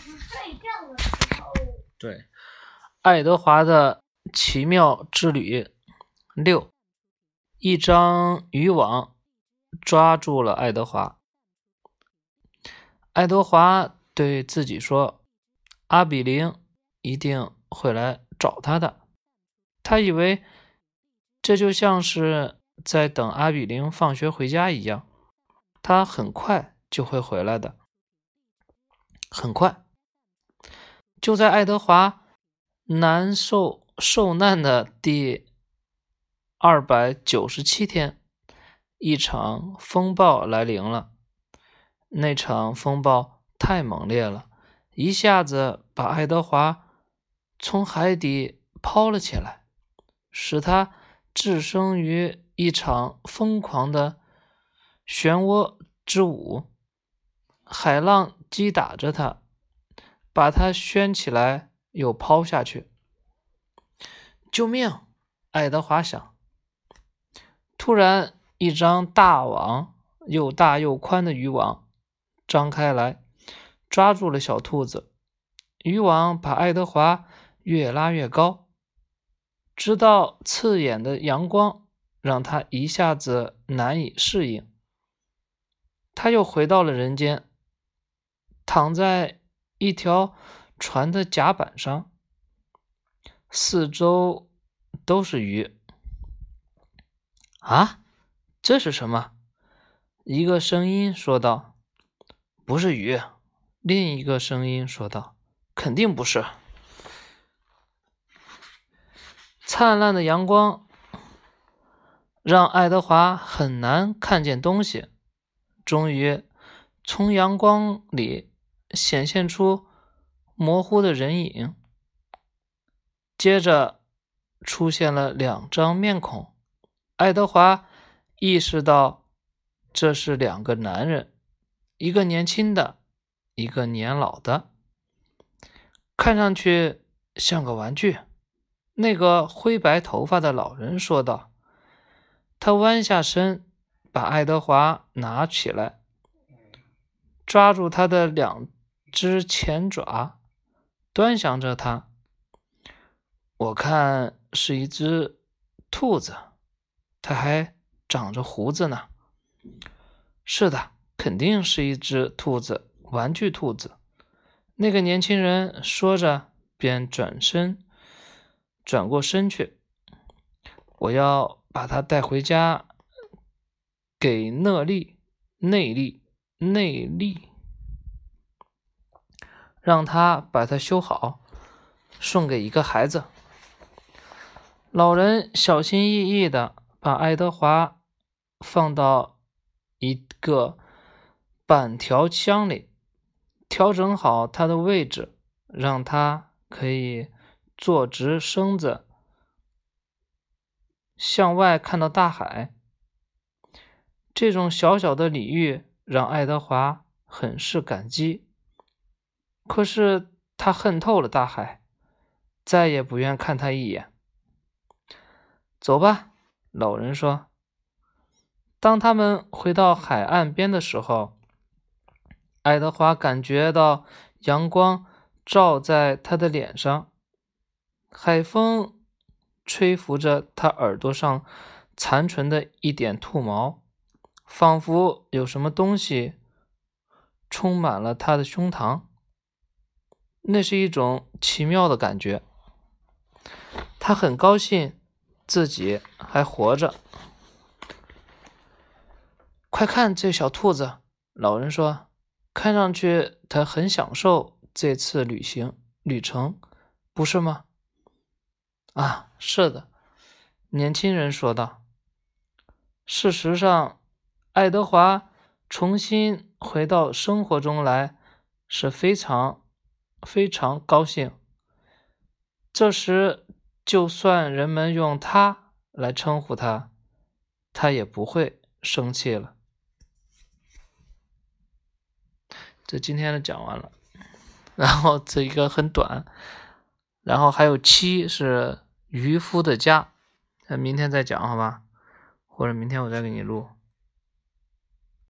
睡觉的时候。 对，爱德华的奇妙之旅6，一张渔网抓住了爱德华。爱德华对自己说，阿比灵一定会来找他的。他以为这就像是在等阿比灵放学回家一样，他很快就会回来的。很快，就在爱德华受难的第297天，一场风暴来临了。那场风暴太猛烈了，一下子把爱德华从海底抛了起来，使他置身于一场疯狂的漩涡之舞。海浪击打着他，把他掀起来又抛下去。救命！爱德华想。突然，一张大网，又大又宽的渔网张开来，抓住了小兔子。渔网把爱德华越拉越高，直到刺眼的阳光让他一下子难以适应。他又回到了人间，躺在一条船的甲板上，四周都是鱼。啊，这是什么？一个声音说道。不是鱼。另一个声音说道。肯定不是。灿烂的阳光让爱德华很难看见东西，终于从阳光里显现出模糊的人影。接着出现了2张面孔。爱德华意识到这是2个男人，一个年轻的，一个年老的，看上去像个玩具。那个灰白头发的老人说道。他弯下身，把爱德华拿起来，抓住他的2只前爪，端详着他。我看是一只兔子，它还长着胡子呢。是的，肯定是一只兔子，玩具兔子。那个年轻人说着，便转过身去。我要把它带回家，给内利，让他把它修好，送给一个孩子。老人小心翼翼地把爱德华放到一个板条箱里，调整好他的位置，让他可以坐直身子，向外看到大海。这种小小的礼遇让爱德华很是感激，可是他恨透了大海，再也不愿看他一眼。走吧，老人说。当他们回到海岸边的时候，爱德华感觉到阳光照在他的脸上，海风吹拂着他耳朵上残存的一点兔毛，仿佛有什么东西充满了他的胸膛。那是一种奇妙的感觉。他很高兴自己还活着。快看这小兔子，老人说，看上去他很享受这次旅程，不是吗？啊，是的，年轻人说道。事实上，爱德华重新回到生活中来是非常高兴。这时，就算人们用他来称呼他，他也不会生气了。这今天的讲完了，然后这一个很短，然后还有7是渔夫的家，明天再讲好吧，或者明天我再给你录。